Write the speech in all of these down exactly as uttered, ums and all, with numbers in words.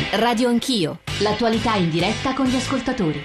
Radio Anch'io, l'attualità in diretta con gli ascoltatori.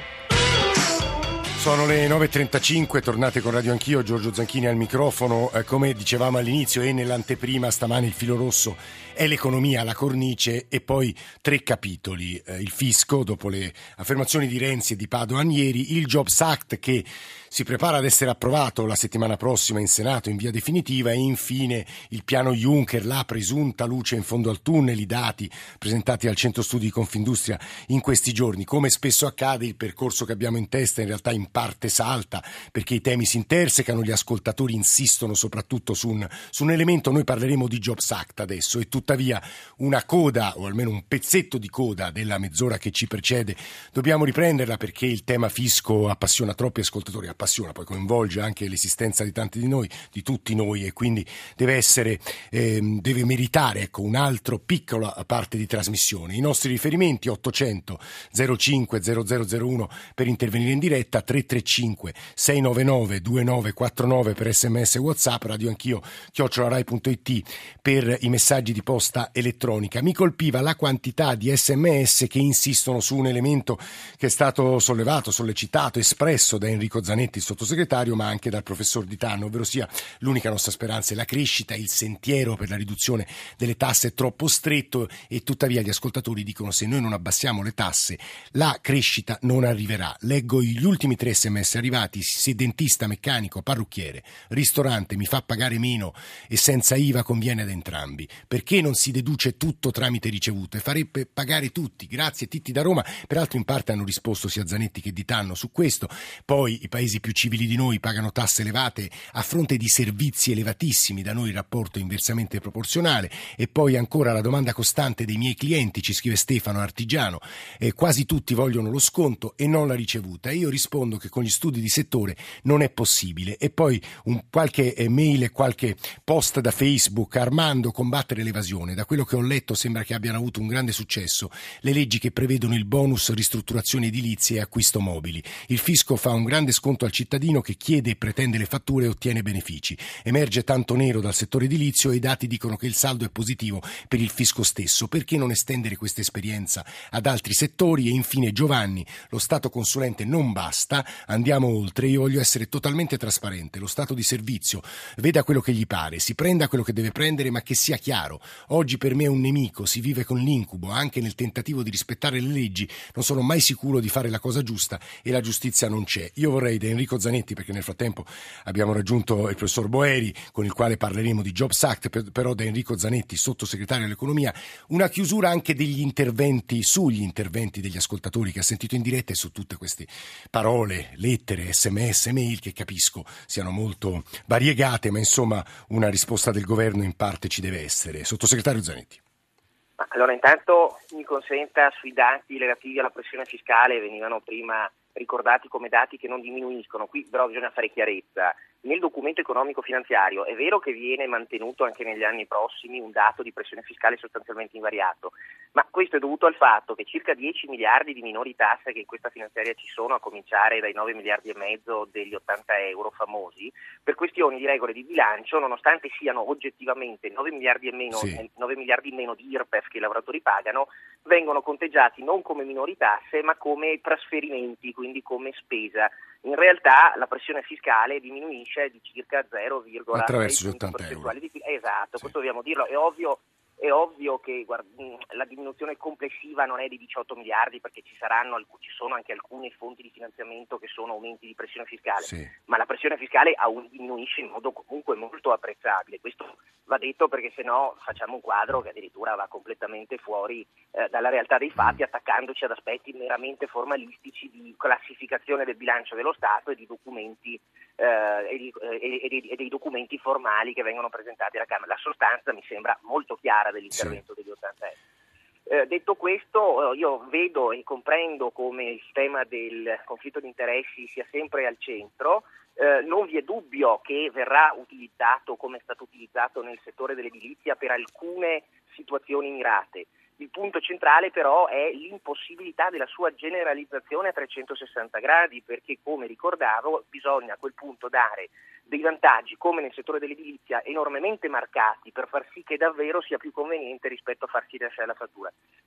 Sono le nove e trentacinque, tornate con Radio Anch'io, Giorgio Zanchini al microfono. Eh, come dicevamo all'inizio e nell'anteprima, stamane il filo rosso è l'economia, la cornice e poi tre capitoli. Eh, il fisco, dopo le affermazioni di Renzi e di Padoan ieri, il Jobs Act che si prepara ad essere approvato la settimana prossima in Senato in via definitiva e infine il piano Juncker, la presunta luce in fondo al tunnel, i dati presentati al Centro Studi di Confindustria in questi giorni. Come spesso accade, il percorso che abbiamo in testa in realtà in parte salta perché i temi si intersecano, gli ascoltatori insistono soprattutto su un, su un elemento. Noi parleremo di Jobs Act adesso e tuttavia una coda o almeno un pezzetto di coda della mezz'ora che ci precede dobbiamo riprenderla perché il tema fisco appassiona troppi ascoltatori, appassiona, poi coinvolge anche l'esistenza di tanti di noi, di tutti noi, e quindi deve essere eh, deve meritare ecco un altro piccola parte di trasmissione. I nostri riferimenti ottocento zero cinque zero zero zero uno per intervenire in diretta, tre tre cinque sei nove nove due nove quattro nove per sms e WhatsApp, Radio Anch'io chiocciola rai punto it per i messaggi di posta elettronica. Mi colpiva la quantità di sms che insistono su un elemento che è stato sollevato, sollecitato, espresso da Enrico Zanetti, il sottosegretario, ma anche dal professor Di Tanno, ovvero sia l'unica nostra speranza è la crescita, il sentiero per la riduzione delle tasse è troppo stretto e tuttavia gli ascoltatori dicono se noi non abbassiamo le tasse la crescita non arriverà. Leggo gli ultimi tre sms arrivati: se dentista, meccanico, parrucchiere, ristorante mi fa pagare meno e senza I V A conviene ad entrambi, perché non si deduce tutto tramite ricevute, farebbe pagare tutti. Grazie Titti da Roma. Peraltro in parte hanno risposto sia Zanetti che Di Tanno su questo. Poi i paesi più civili di noi pagano tasse elevate a fronte di servizi elevatissimi, da noi il rapporto è inversamente proporzionale. E poi ancora la domanda costante dei miei clienti, ci scrive Stefano Artigiano, eh, quasi tutti vogliono lo sconto e non la ricevuta, e io rispondo che con gli studi di settore non è possibile. E poi un, qualche eh, mail e qualche post da Facebook: Armando, combattere l'evasione, da quello che ho letto sembra che abbiano avuto un grande successo le leggi che prevedono il bonus ristrutturazione edilizia e acquisto mobili. Il fisco fa un grande sconto al cittadino che chiede e pretende le fatture e ottiene benefici. Emerge tanto nero dal settore edilizio e i dati dicono che il saldo è positivo per il fisco stesso. Perché non estendere questa esperienza ad altri settori? E infine Giovanni, lo Stato consulente non basta, andiamo oltre. Io voglio essere totalmente trasparente, lo Stato di servizio veda quello che gli pare, si prenda quello che deve prendere, ma che sia chiaro. Oggi per me è un nemico, si vive con l'incubo, anche nel tentativo di rispettare le leggi non sono mai sicuro di fare la cosa giusta e la giustizia non c'è. Io vorrei da Enrico Zanetti, perché nel frattempo abbiamo raggiunto il professor Boeri con il quale parleremo di Jobs Act, però da Enrico Zanetti, sottosegretario all'economia, una chiusura anche degli interventi, sugli interventi degli ascoltatori che ha sentito in diretta e su tutte queste parole, lettere, sms, mail che capisco siano molto variegate, ma insomma una risposta del governo in parte ci deve essere. Sottosegretario Zanetti. Allora, intanto mi consenta, sui dati relativi alla pressione fiscale venivano prima ricordati come dati che non diminuiscono, qui però bisogna fare chiarezza. Nel documento economico finanziario è vero che viene mantenuto anche negli anni prossimi un dato di pressione fiscale sostanzialmente invariato, ma questo è dovuto al fatto che circa dieci miliardi di minori tasse che in questa finanziaria ci sono, a cominciare dai nove miliardi e mezzo degli ottanta euro famosi, per questioni di regole di bilancio, nonostante siano oggettivamente nove miliardi e meno, sì. nove miliardi in meno di I R P E F che i lavoratori pagano, vengono conteggiati non come minori tasse ma come trasferimenti, quindi come spesa. In realtà la pressione fiscale diminuisce di circa zero virgola sei punti percentuali di P I L. Esatto, sì. Questo dobbiamo dirlo. È ovvio, è ovvio che guarda, la diminuzione complessiva non è di diciotto miliardi, perché ci saranno ci sono anche alcune fonti di finanziamento che sono aumenti di pressione fiscale, sì. Ma la pressione fiscale diminuisce in modo comunque molto apprezzabile. Questo va detto perché sennò facciamo un quadro che addirittura va completamente fuori eh, dalla realtà dei fatti, attaccandoci ad aspetti meramente formalistici di classificazione del bilancio dello Stato e di documenti eh, e, di, e, e, dei, e dei documenti formali che vengono presentati alla Camera. La sostanza mi sembra molto chiara dell'intervento sì. degli ottanta euro. Eh, detto questo, io vedo e comprendo come il tema del conflitto di interessi sia sempre al centro. Eh, non vi è dubbio che verrà utilizzato, come è stato utilizzato nel settore dell'edilizia, per alcune situazioni mirate. Il punto centrale però è l'impossibilità della sua generalizzazione a trecentosessanta gradi, perché, come ricordavo, bisogna a quel punto dare dei vantaggi, come nel settore dell'edilizia, enormemente marcati per far sì che davvero sia più conveniente rispetto a farsi lasciare la fattura.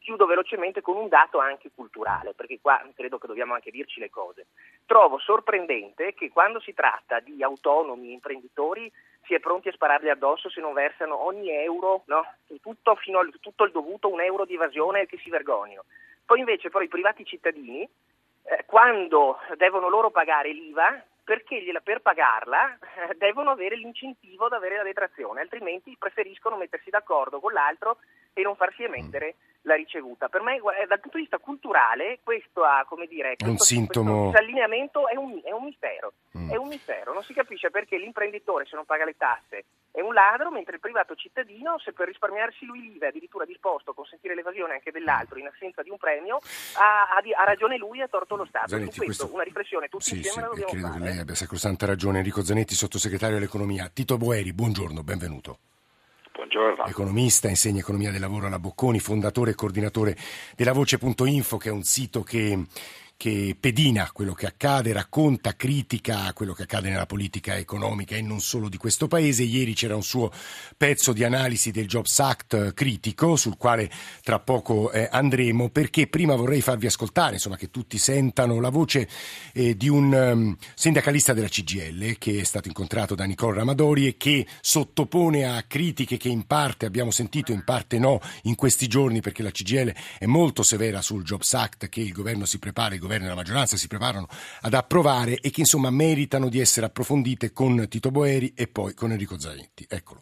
Chiudo velocemente con un dato anche culturale, perché qua credo che dobbiamo anche dirci le cose. Trovo sorprendente che quando si tratta di autonomi, imprenditori, si è pronti a spararli addosso se non versano ogni euro, no? Tutto, fino al, tutto il dovuto, un euro di evasione che si vergognano. Poi invece però i privati cittadini, eh, quando devono loro pagare l'I V A, perché gliela, per pagarla eh, devono avere l'incentivo ad avere la detrazione, altrimenti preferiscono mettersi d'accordo con l'altro e non farsi emettere la ricevuta. Per me, eh, dal punto di vista culturale, questo ha, come dire, questo, un sintomo... questo disallineamento è un, è un mistero. Mm. È un mistero. Non si capisce perché l'imprenditore, se non paga le tasse, è un ladro, mentre il privato cittadino, se per risparmiarsi lui l'I V A è addirittura disposto a consentire l'evasione anche dell'altro in assenza di un premio, ha, ha, ha ragione lui e ha torto lo Stato. Zanetti, Su questo, questo... una riflessione tutti sì, insieme sì, la dobbiamo credo fare. che lei abbia sacrosanta ragione. Enrico Zanetti, sottosegretario all'economia. Tito Boeri, buongiorno, benvenuto. Buongiorno. Economista, insegna economia del lavoro alla Bocconi, fondatore e coordinatore della Voce punto info, che è un sito che... che pedina quello che accade, racconta, critica quello che accade nella politica economica e non solo di questo paese. Ieri c'era un suo pezzo di analisi del Jobs Act critico, sul quale tra poco eh, andremo, perché prima vorrei farvi ascoltare, insomma, che tutti sentano la voce eh, di un um, sindacalista della C G I L che è stato incontrato da Nicola Ramadori e che sottopone a critiche che in parte abbiamo sentito, in parte no, in questi giorni, perché la C G I L è molto severa sul Jobs Act che il governo si prepara, il governo e la maggioranza si preparano ad approvare e che insomma meritano di essere approfondite, con Tito Boeri e poi con Enrico Zanetti. Eccolo.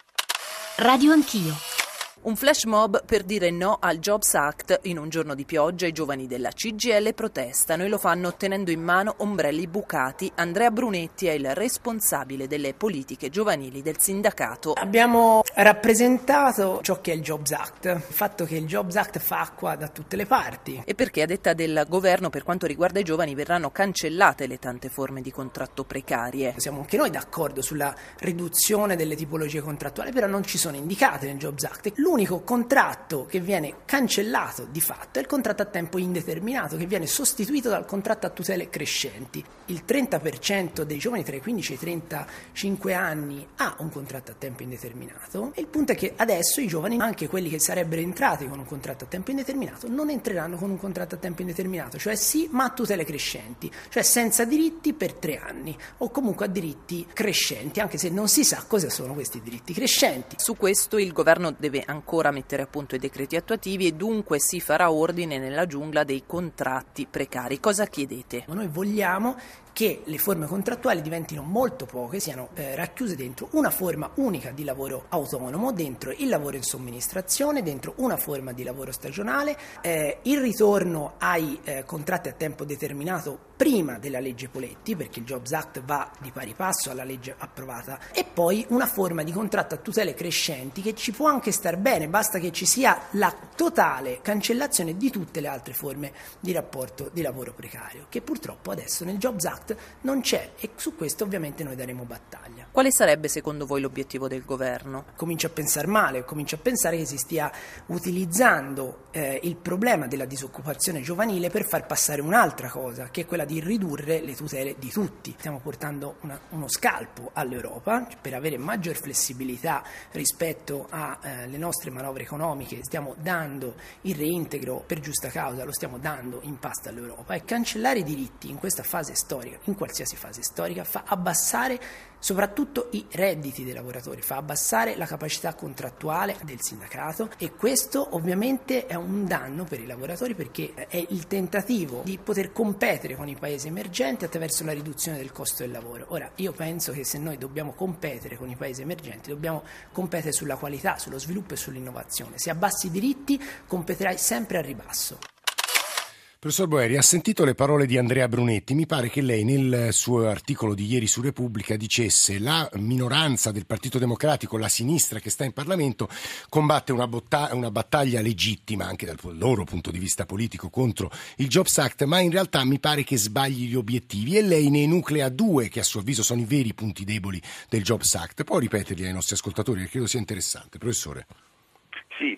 Radio Anch'io. Un flash mob per dire no al Jobs Act. In un giorno di pioggia i giovani della C G I L protestano e lo fanno tenendo in mano ombrelli bucati. Andrea Brunetti è il responsabile delle politiche giovanili del sindacato. Abbiamo rappresentato ciò che è il Jobs Act, il fatto che il Jobs Act fa acqua da tutte le parti. E perché, a detta del governo, per quanto riguarda i giovani verranno cancellate le tante forme di contratto precarie. Siamo anche noi d'accordo sulla riduzione delle tipologie contrattuali, però non ci sono indicate nel Jobs Act. L'unico contratto che viene cancellato di fatto è il contratto a tempo indeterminato, che viene sostituito dal contratto a tutele crescenti. Il trenta per cento dei giovani tra i quindici e i trentacinque anni ha un contratto a tempo indeterminato e il punto è che adesso i giovani, anche quelli che sarebbero entrati con un contratto a tempo indeterminato, non entreranno con un contratto a tempo indeterminato, cioè sì, ma a tutele crescenti, cioè senza diritti per tre anni o comunque a diritti crescenti, anche se non si sa cosa sono questi diritti crescenti. Su questo il governo deve ancora mettere a punto i decreti attuativi e dunque si farà ordine nella giungla dei contratti precari. Cosa chiedete? Noi vogliamo che le forme contrattuali diventino molto poche, siano eh, racchiuse dentro una forma unica di lavoro autonomo, dentro il lavoro in somministrazione, dentro una forma di lavoro stagionale, eh, il ritorno ai eh, contratti a tempo determinato prima della legge Poletti, perché il Jobs Act va di pari passo alla legge approvata, e poi una forma di contratto a tutele crescenti che ci può anche star bene, basta che ci sia la totale cancellazione di tutte le altre forme di rapporto di lavoro precario, che purtroppo adesso nel Jobs Act non c'è, e su questo ovviamente noi daremo battaglia. Quale sarebbe secondo voi l'obiettivo del governo? Comincio a pensare male, comincio a pensare che si stia utilizzando eh, il problema della disoccupazione giovanile per far passare un'altra cosa, che è quella di ridurre le tutele di tutti. Stiamo portando una, uno scalpo all'Europa per avere maggior flessibilità rispetto alle eh, nostre manovre economiche. Stiamo dando il reintegro per giusta causa, lo stiamo dando in pasta all'Europa, e cancellare i diritti in questa fase storica, in qualsiasi fase storica, fa abbassare soprattutto i redditi dei lavoratori, fa abbassare la capacità contrattuale del sindacato, e questo ovviamente è un danno per i lavoratori, perché è il tentativo di poter competere con i paesi emergenti attraverso la riduzione del costo del lavoro. Ora, io penso che se noi dobbiamo competere con i paesi emergenti dobbiamo competere sulla qualità, sullo sviluppo e sull'innovazione. Se abbassi i diritti competerai sempre al ribasso. Professor Boeri, ha sentito le parole di Andrea Brunetti? Mi pare che lei nel suo articolo di ieri su Repubblica dicesse: la minoranza del Partito Democratico, la sinistra che sta in Parlamento, combatte una, botta- una battaglia legittima anche dal loro punto di vista politico contro il Jobs Act, ma in realtà mi pare che sbagli gli obiettivi, e lei ne enuclea due che a suo avviso sono i veri punti deboli del Jobs Act. Può ripeterli ai nostri ascoltatori, che credo sia interessante, professore? Sì, beh,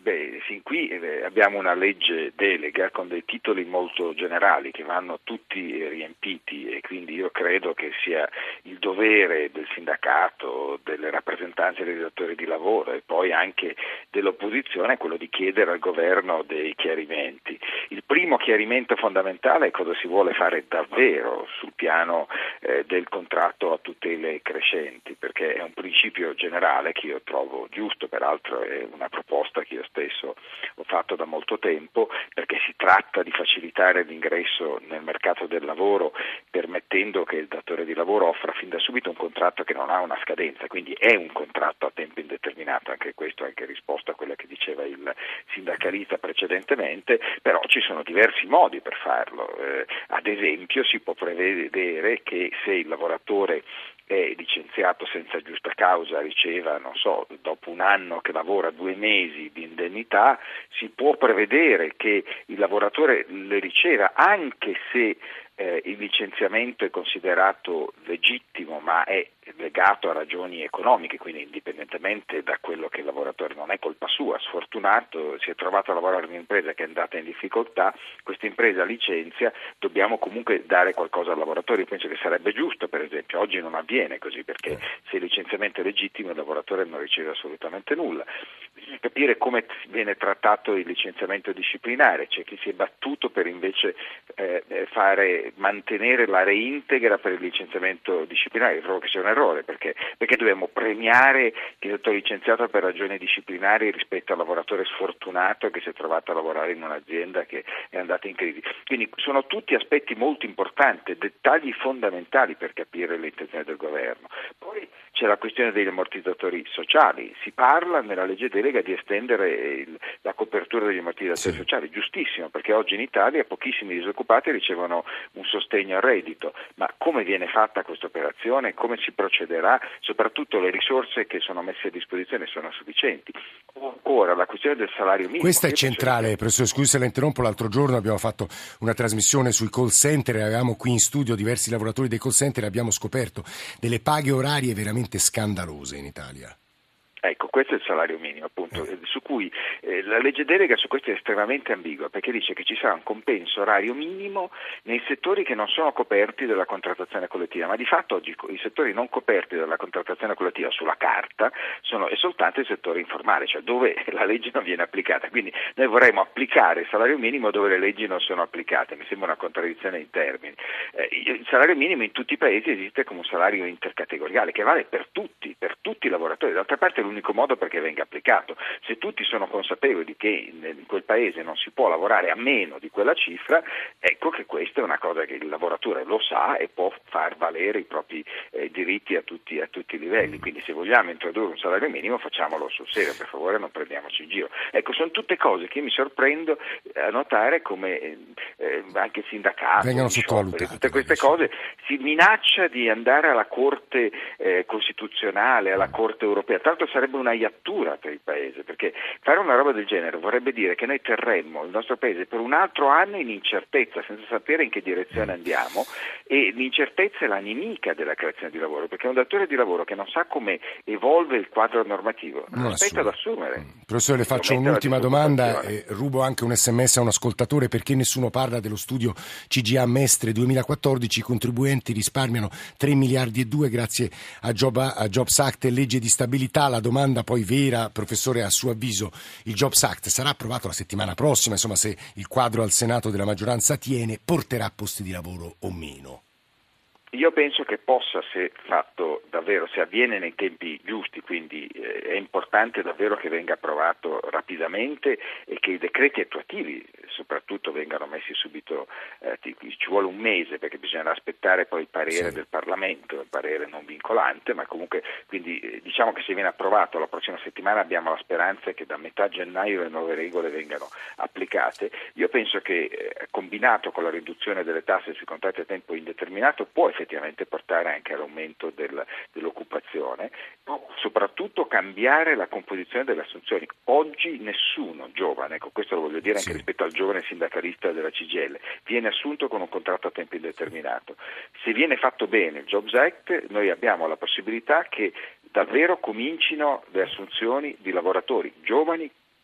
fin qui eh, abbiamo una legge delega con dei titoli molto generali che vanno tutti riempiti, e quindi io credo che sia il dovere del sindacato, delle rappresentanze dei datori di lavoro e poi anche dell'opposizione quello di chiedere al governo dei chiarimenti. Il primo chiarimento fondamentale è cosa si vuole fare davvero sul piano eh, del contratto a tutele crescenti, perché è un principio generale che io trovo giusto, peraltro è una proposta che io stesso ho fatto da molto tempo, perché si tratta di facilitare l'ingresso nel mercato del lavoro permettendo che il datore di lavoro offra fin da subito un contratto che non ha una scadenza, quindi è un contratto a tempo indeterminato, anche questo è anche risposta a quella che diceva il sindacalista precedentemente, però ci sono diversi modi per farlo, eh, ad esempio si può prevedere che se il lavoratore è licenziato senza giusta causa riceva, non so, dopo un anno che lavora due mesi di indennità, si può prevedere che il lavoratore le riceva anche se eh, il licenziamento è considerato legittimo ma è legato a ragioni economiche, quindi indipendentemente da quello che il lavoratore, non è colpa sua, sfortunato, si è trovato a lavorare in un'impresa che è andata in difficoltà, questa impresa licenzia, dobbiamo comunque dare qualcosa al lavoratore. Io penso che sarebbe giusto, per esempio, oggi non avviene così, perché se il licenziamento è legittimo il lavoratore non riceve assolutamente nulla. Bisogna capire come viene trattato il licenziamento disciplinare, c'è chi si è battuto per invece eh, fare, mantenere la reintegra per il licenziamento disciplinare. Io trovo che sia un errore, perché, perché dobbiamo premiare chi è stato licenziato per ragioni disciplinari rispetto al lavoratore sfortunato che si è trovato a lavorare in un'azienda che è andata in crisi. Quindi sono tutti aspetti molto importanti, dettagli fondamentali per capire le intenzioni del governo. Poi c'è la questione degli ammortizzatori sociali, si parla nella legge delega di estendere il, la copertura degli ammortizzatori sì. sociali, giustissimo, perché oggi in Italia pochissimi disoccupati ricevono un sostegno al reddito, ma come viene fatta questa operazione, come si procederà, soprattutto le risorse che sono messe a disposizione sono sufficienti. Ora la questione del salario minimo. Questa è centrale, che... professore, scusi se la interrompo, l'altro giorno abbiamo fatto una trasmissione sui call center, avevamo qui in studio diversi lavoratori dei call center e abbiamo scoperto delle paghe orarie veramente scandalose in Italia. Ecco, questo è il salario minimo, appunto, eh. su cui eh, la legge delega su questo è estremamente ambigua, perché dice che ci sarà un compenso orario minimo nei settori che non sono coperti dalla contrattazione collettiva, ma di fatto oggi i settori non coperti dalla contrattazione collettiva sulla carta sono è soltanto il settore informale, cioè dove la legge non viene applicata. Quindi noi vorremmo applicare il salario minimo dove le leggi non sono applicate, mi sembra una contraddizione in termini. Eh, il salario minimo in tutti i paesi esiste come un salario intercategoriale che vale per tutti, per tutti i lavoratori, d'altra parte l'unico modo perché venga applicato. Se tutti sono consapevoli che in quel paese non si può lavorare a meno di quella cifra, ecco che questa è una cosa che il lavoratore lo sa e può far valere i propri eh, diritti a tutti, a tutti i livelli. Quindi se vogliamo introdurre un salario minimo facciamolo sul serio, per favore non prendiamoci in giro. Ecco, sono tutte cose che mi sorprendo a notare come eh, anche il sindacato, vengano scioperi, tutte queste cose, si minaccia di andare alla Corte eh, Costituzionale, alla Corte Europea. Tanto sarebbe una iattura per il paese, perché fare una roba del genere vorrebbe dire che noi terremmo il nostro paese per un altro anno in incertezza, senza sapere in che direzione andiamo, e l'incertezza è la nemica della creazione di lavoro, perché un datore di lavoro che non sa come evolve il quadro normativo non aspetta ad assumere. Professore, le faccio un'ultima domanda e rubo anche un sms a un ascoltatore: perché nessuno parla dello studio C G A Mestre duemilaquattordici, i contribuenti risparmiano tre miliardi e due grazie a, Job, a Jobs Act e legge di stabilità. La domanda poi vera, professore, a suo avviso il Jobs Act sarà approvato la settimana prossima, insomma se il quadro al Senato della maggioranza tiene, porterà posti di lavoro o meno? Io penso che possa, se fatto davvero, se avviene nei tempi giusti, quindi eh, è importante davvero che venga approvato rapidamente e che i decreti attuativi soprattutto vengano messi subito, eh, ci vuole un mese perché bisogna aspettare poi il parere sì. del Parlamento, il parere non vincolante, ma comunque quindi eh, diciamo che se viene approvato la prossima settimana abbiamo la speranza che da metà gennaio le nuove regole vengano applicate. Io penso che eh, combinato con la riduzione delle tasse sui contratti a tempo indeterminato può effettivamente portare anche all'aumento del, dell'occupazione, ma soprattutto cambiare la composizione delle assunzioni. Oggi nessuno giovane, ecco questo lo voglio dire anche sì. rispetto al giovane sindacalista della C G I L, viene assunto con un contratto a tempo indeterminato. Se viene fatto bene il Jobs Act, noi abbiamo la possibilità che davvero comincino le assunzioni di lavoratori giovani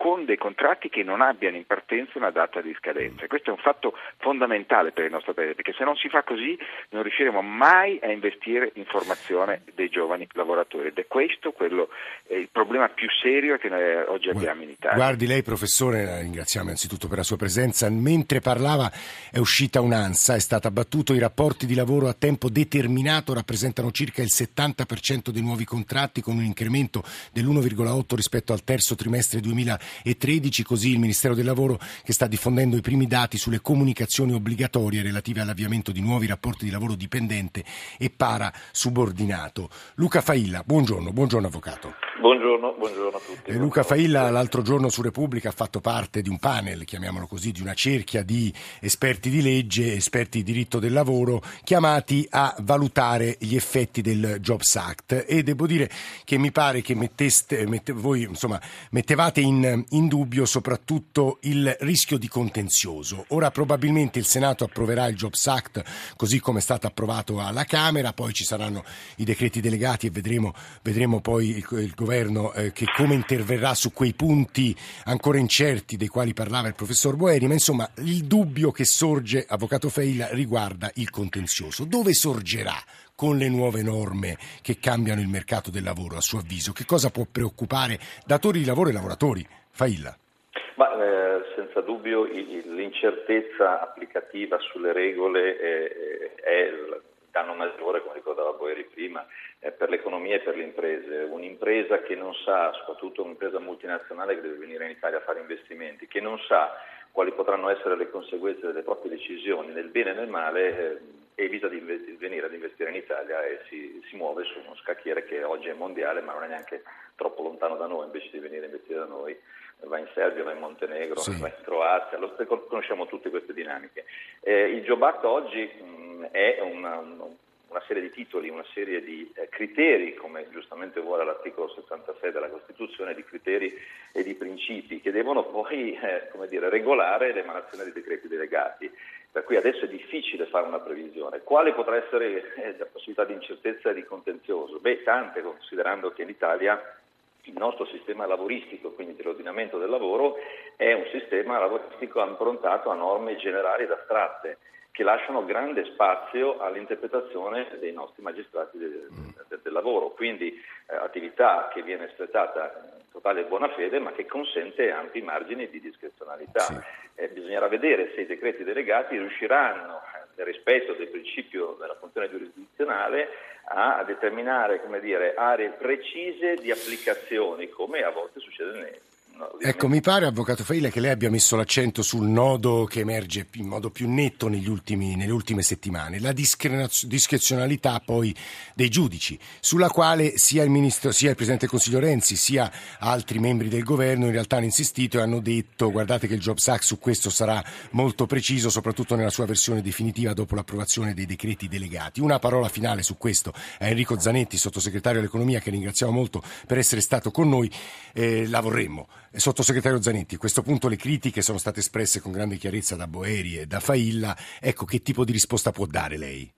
con dei contratti che non abbiano in partenza una data di scadenza. Questo è un fatto fondamentale per il nostro paese, perché se non si fa così non riusciremo mai a investire in formazione dei giovani lavoratori, ed è questo quello, eh, il problema più serio che noi oggi abbiamo in Italia. Guardi, lei professore, la ringraziamo innanzitutto per la sua presenza. Mentre parlava è uscita un'ANSA, è stata battuto: i rapporti di lavoro a tempo determinato rappresentano circa il settanta per cento dei nuovi contratti, con un incremento dell'uno virgola otto rispetto al terzo trimestre duemilatredici, così il Ministero del Lavoro, che sta diffondendo i primi dati sulle comunicazioni obbligatorie relative all'avviamento di nuovi rapporti di lavoro dipendente e parasubordinato. Luca Failla, buongiorno, buongiorno avvocato. Buongiorno, buongiorno a tutti. E Luca Failla l'altro giorno su Repubblica ha fatto parte di un panel, chiamiamolo così, di una cerchia di esperti di legge, esperti di diritto del lavoro, chiamati a valutare gli effetti del Jobs Act, e devo dire che mi pare che metteste, mette, voi insomma mettevate in, in dubbio soprattutto il rischio di contenzioso. Ora probabilmente il Senato approverà il Jobs Act così come è stato approvato alla Camera, poi ci saranno i decreti delegati e vedremo, vedremo poi il, il governo eh, che come interverrà su quei punti ancora incerti dei quali parlava il professor Boeri, ma insomma il dubbio che sorge, avvocato Failla, riguarda il contenzioso. Dove sorgerà con le nuove norme che cambiano il mercato del lavoro, a suo avviso? Che cosa può preoccupare datori di lavoro e lavoratori? Failla. Ma, eh, senza dubbio l'incertezza applicativa sulle regole è, è il danno maggiore, come ricordava Boeri prima, eh, per l'economia e per le imprese. Un'impresa che non sa, soprattutto un'impresa multinazionale che deve venire in Italia a fare investimenti, che non sa quali potranno essere le conseguenze delle proprie decisioni, nel bene e nel male, eh, evita di investi- venire ad investire in Italia e si, si muove su uno scacchiere che oggi è mondiale, ma non è neanche troppo lontano da noi. Invece di venire a investire da noi, va in Serbia, va in Montenegro, sì. va in Croazia, lo, conosciamo tutte queste dinamiche. Eh, il Job Act oggi mh, è una, una serie di titoli, una serie di eh, criteri, come giustamente vuole l'articolo settantasei della Costituzione, di criteri e di principi che devono poi eh, come dire, regolare l'emanazione dei decreti delegati. Per cui adesso è difficile fare una previsione. Quale potrà essere eh, la possibilità di incertezza e di contenzioso? Beh, tante, considerando che l'Italia, il nostro sistema lavoristico, quindi dell'ordinamento del lavoro, è un sistema lavoristico improntato a norme generali ed astratte che lasciano grande spazio all'interpretazione dei nostri magistrati del, del, del lavoro, quindi eh, attività che viene espletata in totale buona fede ma che consente ampi margini di discrezionalità. Sì. Eh, bisognerà vedere se i decreti delegati riusciranno, nel rispetto del principio della funzione giurisdizionale, a determinare, come dire, aree precise di applicazioni, come a volte succede nel No, ecco, mi pare, avvocato Failla, che lei abbia messo l'accento sul nodo che emerge in modo più netto negli ultimi, nelle ultime settimane, la discrezionalità poi dei giudici, sulla quale sia il ministro, sia il Presidente del Consiglio Renzi, sia altri membri del governo in realtà hanno insistito e hanno detto: guardate che il Jobs Act su questo sarà molto preciso, soprattutto nella sua versione definitiva dopo l'approvazione dei decreti delegati. Una parola finale su questo a Enrico Zanetti, sottosegretario all'economia, che ringraziamo molto per essere stato con noi. Eh, la vorremmo. Sottosegretario Zanetti, a questo punto le critiche sono state espresse con grande chiarezza da Boeri e da Failla. Ecco, che tipo di risposta può dare lei?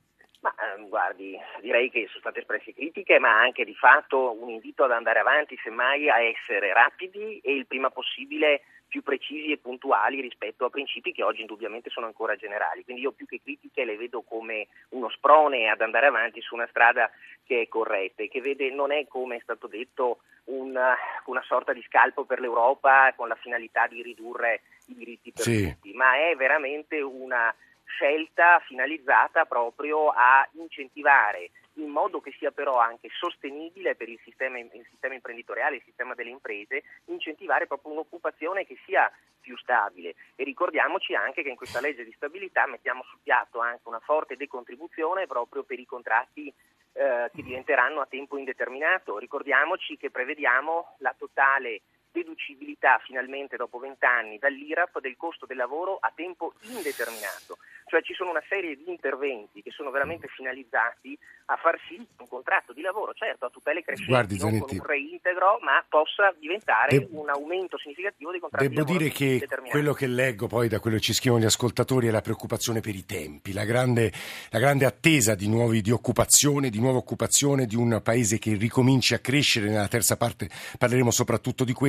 Ma ehm, guardi, direi che sono state espresse critiche, ma anche di fatto un invito ad andare avanti, semmai a essere rapidi e il prima possibile più precisi e puntuali rispetto a principi che oggi indubbiamente sono ancora generali. Quindi io più che critiche le vedo come uno sprone ad andare avanti su una strada che è corretta e che vede, non è, come è stato detto, una, una sorta di scalpo per l'Europa con la finalità di ridurre i diritti per sì. tutti, ma è veramente una scelta finalizzata proprio a incentivare, in modo che sia però anche sostenibile per il sistema, il sistema imprenditoriale, il sistema delle imprese, incentivare proprio un'occupazione che sia più stabile. E ricordiamoci anche che in questa legge di stabilità mettiamo sul piatto anche una forte decontribuzione proprio per i contratti eh, che diventeranno a tempo indeterminato. Ricordiamoci che prevediamo la totale deducibilità finalmente dopo vent'anni dall'I R A P del costo del lavoro a tempo indeterminato. Cioè ci sono una serie di interventi che sono veramente finalizzati a far sì che un contratto di lavoro, certo a tutele crescenti, Guardi, non Zanetti, con un reintegro, ma possa diventare De- un aumento significativo dei contratti Devo di lavoro. Devo dire che quello che leggo poi da quello che ci scrivono gli ascoltatori è la preoccupazione per i tempi, la grande, la grande attesa di nuovi di occupazione, di nuova occupazione, di un paese che ricominci a crescere. Nella terza parte parleremo soprattutto di questo.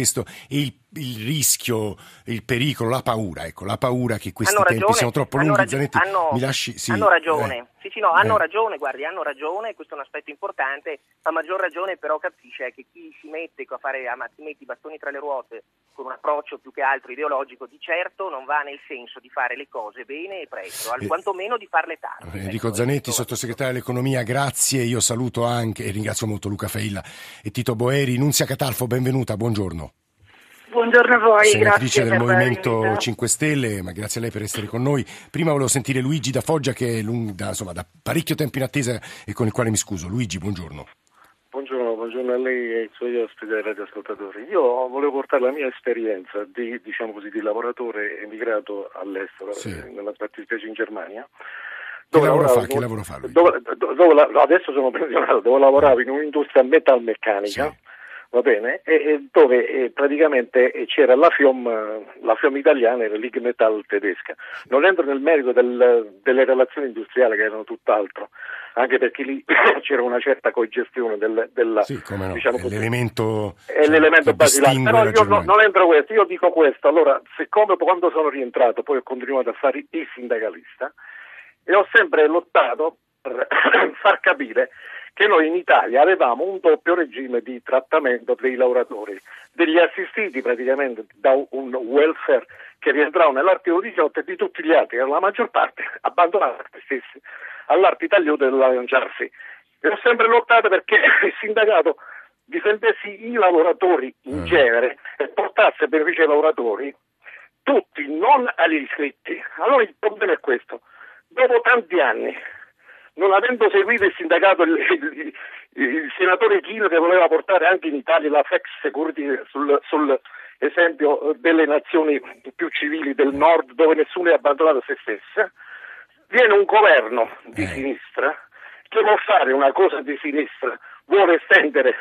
questo e il, il rischio, il pericolo, la paura, ecco, la paura che questi hanno tempi ragione, siano troppo hanno lunghi. ragio- Zanetti, hanno, mi lasci? Sì, hanno ragione, eh. sì sì no, hanno eh. ragione, guardi, hanno ragione, questo è un aspetto importante, a maggior ragione però capisce che chi si mette a fare, a, si mette i bastoni tra le ruote con un approccio più che altro ideologico, di certo non va nel senso di fare le cose bene e presto, al Eh, quantomeno di farle tardi. Enrico ecco, Zanetti, questo- sottosegretario all'economia, grazie. Io saluto anche e ringrazio molto Luca Failla e Tito Boeri. Nunzia Catalfo, benvenuta, buongiorno. Buongiorno a voi, Senatrice grazie del per Movimento l'invito. cinque Stelle, ma grazie a lei per essere con noi. Prima volevo sentire Luigi da Foggia che è lung- da, insomma, da parecchio tempo in attesa e con il quale mi scuso. Luigi, buongiorno. Buongiorno, buongiorno a lei e ai suoi ospiti e radioascoltatori. Io volevo portare la mia esperienza di, diciamo così, di lavoratore emigrato all'estero, Sì. eh, nella fattispecie in Germania. Che lavoro lavoravo- fa? Che lavoro fa lui? Dove, dove, dove- adesso sono pensionato, dove lavoravo in un'industria metalmeccanica. Sì. Va bene, e, e dove eh, praticamente eh, c'era la FIOM, eh, la FIOM italiana e la Lig Metal tedesca. Non entro nel merito del, delle relazioni industriali che erano tutt'altro, anche perché lì c'era una certa cogestione del, della, Sì, come no, diciamo è così, l'elemento, è cioè, l'elemento che basilare. distingue Però la io no, Germania. non entro questo, io dico questo. Allora, siccome quando sono rientrato poi ho continuato a fare il sindacalista e ho sempre lottato per far capire che noi in Italia avevamo un doppio regime di trattamento dei lavoratori, degli assistiti praticamente da un welfare che rientrava nell'articolo diciotto e di tutti gli altri, che la maggior parte abbandonati se stessi all'arte tagliuto dell'arrangiarsi. E ho sempre lottato perché il sindacato difendesse i lavoratori in Mm. genere e portasse beneficio ai lavoratori, tutti, non agli iscritti. Allora il problema è questo: dopo tanti anni, non avendo seguito il sindacato, il, il, il senatore Chino che voleva portare anche in Italia la flex security sul, sul esempio delle nazioni più civili del nord dove nessuno è abbandonato se stessa, viene un governo di Eh. sinistra che vuole fare una cosa di sinistra, vuole estendere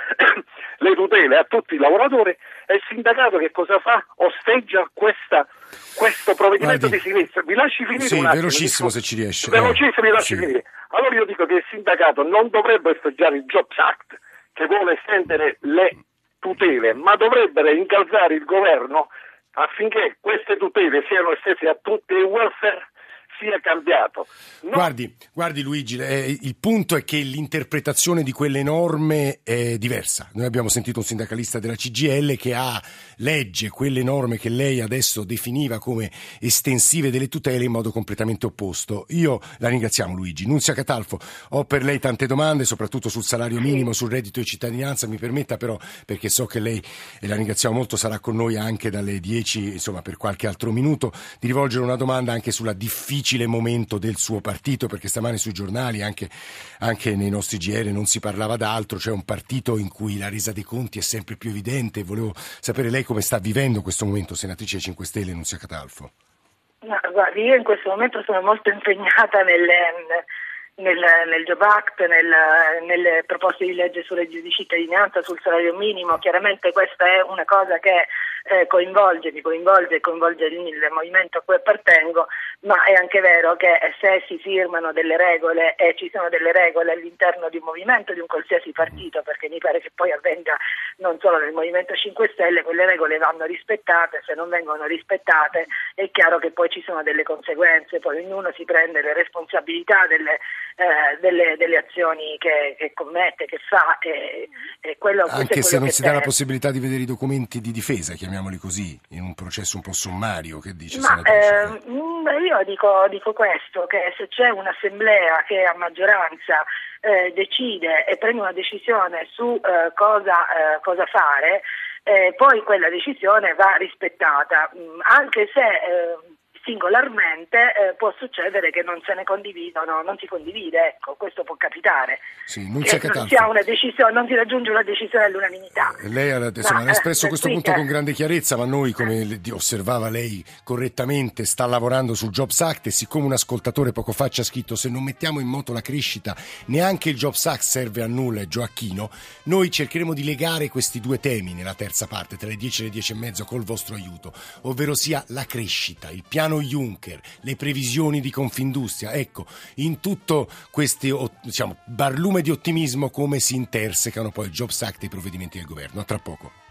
le tutele a tutti i lavoratori e il sindacato che cosa fa? Osteggia questa, questo provvedimento Guardi, di sinistra. Vi lasci finire sì, un attimo. velocissimo mi scusi. se ci riesce. Velocissimo, Eh, mi lasci sì. finire. Allora io dico che il sindacato non dovrebbe osteggiare il Jobs Act che vuole estendere le tutele, ma dovrebbe incalzare il governo affinché queste tutele siano estese a tutti e il welfare sia cambiato. No. Guardi, guardi Luigi, eh, il punto è che l'interpretazione di quelle norme è diversa. Noi abbiamo sentito un sindacalista della C G I L che ha, legge quelle norme che lei adesso definiva come estensive delle tutele in modo completamente opposto. Io la ringraziamo Luigi. Nunzia Catalfo, ho per lei tante domande, soprattutto sul salario minimo, sul reddito di cittadinanza, mi permetta però, perché so che lei, e la ringraziamo molto, sarà con noi anche dalle dieci, insomma per qualche altro minuto, di rivolgere una domanda anche sulla difficile momento del suo partito, perché stamane sui giornali, anche, anche nei nostri G R non si parlava d'altro. C'è un partito in cui la resa dei conti è sempre più evidente. Volevo sapere lei come sta vivendo questo momento, senatrice cinque Stelle Nunzia Catalfo. No, guardi, io in questo momento sono molto impegnata nelle, nel, nel Job Act, nel, nelle proposte di legge sul reddito di cittadinanza, sul salario minimo. Chiaramente questa è una cosa che eh, coinvolge, mi coinvolge e coinvolge il, il movimento a cui appartengo, ma è anche vero che se si firmano delle regole e ci sono delle regole all'interno di un movimento, di un qualsiasi partito, perché mi pare che poi avvenga non solo nel Movimento cinque Stelle, quelle regole vanno rispettate. Se non vengono rispettate è chiaro che poi ci sono delle conseguenze, poi ognuno si prende le responsabilità delle, eh, delle, delle azioni che, che commette, che fa, e, e quello, Anche se quello non che si dà la serve. possibilità di vedere i documenti di difesa, chiamiamoli così, in un processo un po' sommario, che dice Ma senatrice? eh, io dico, dico questo, che se c'è un'assemblea che a maggioranza eh, decide e prende una decisione su eh, cosa, eh, cosa fare, eh, poi quella decisione va rispettata, mh, anche se eh, singolarmente eh, può succedere che non se ne condividono, non si condivide, ecco, questo può capitare. Sì, Nunzia Che non, Catalfo. si ha una decisione, non si raggiunge una decisione all'unanimità. Eh, Lei ha, insomma, Ma, ha espresso eh, questo qui punto c'è- con grande chiarezza, ma noi, come le- osservava lei correttamente, sta lavorando sul Jobs Act e siccome un ascoltatore poco fa ci ha scritto se non mettiamo in moto la crescita neanche il Jobs Act serve a nulla, è Gioacchino, noi cercheremo di legare questi due temi nella terza parte, tra le dieci e le dieci e mezzo, col vostro aiuto, ovvero sia la crescita, il piano Juncker, le previsioni di Confindustria. Ecco, in tutto questo, diciamo, barlume di ottimismo come si intersecano poi il Jobs Act e i provvedimenti del governo. A tra poco.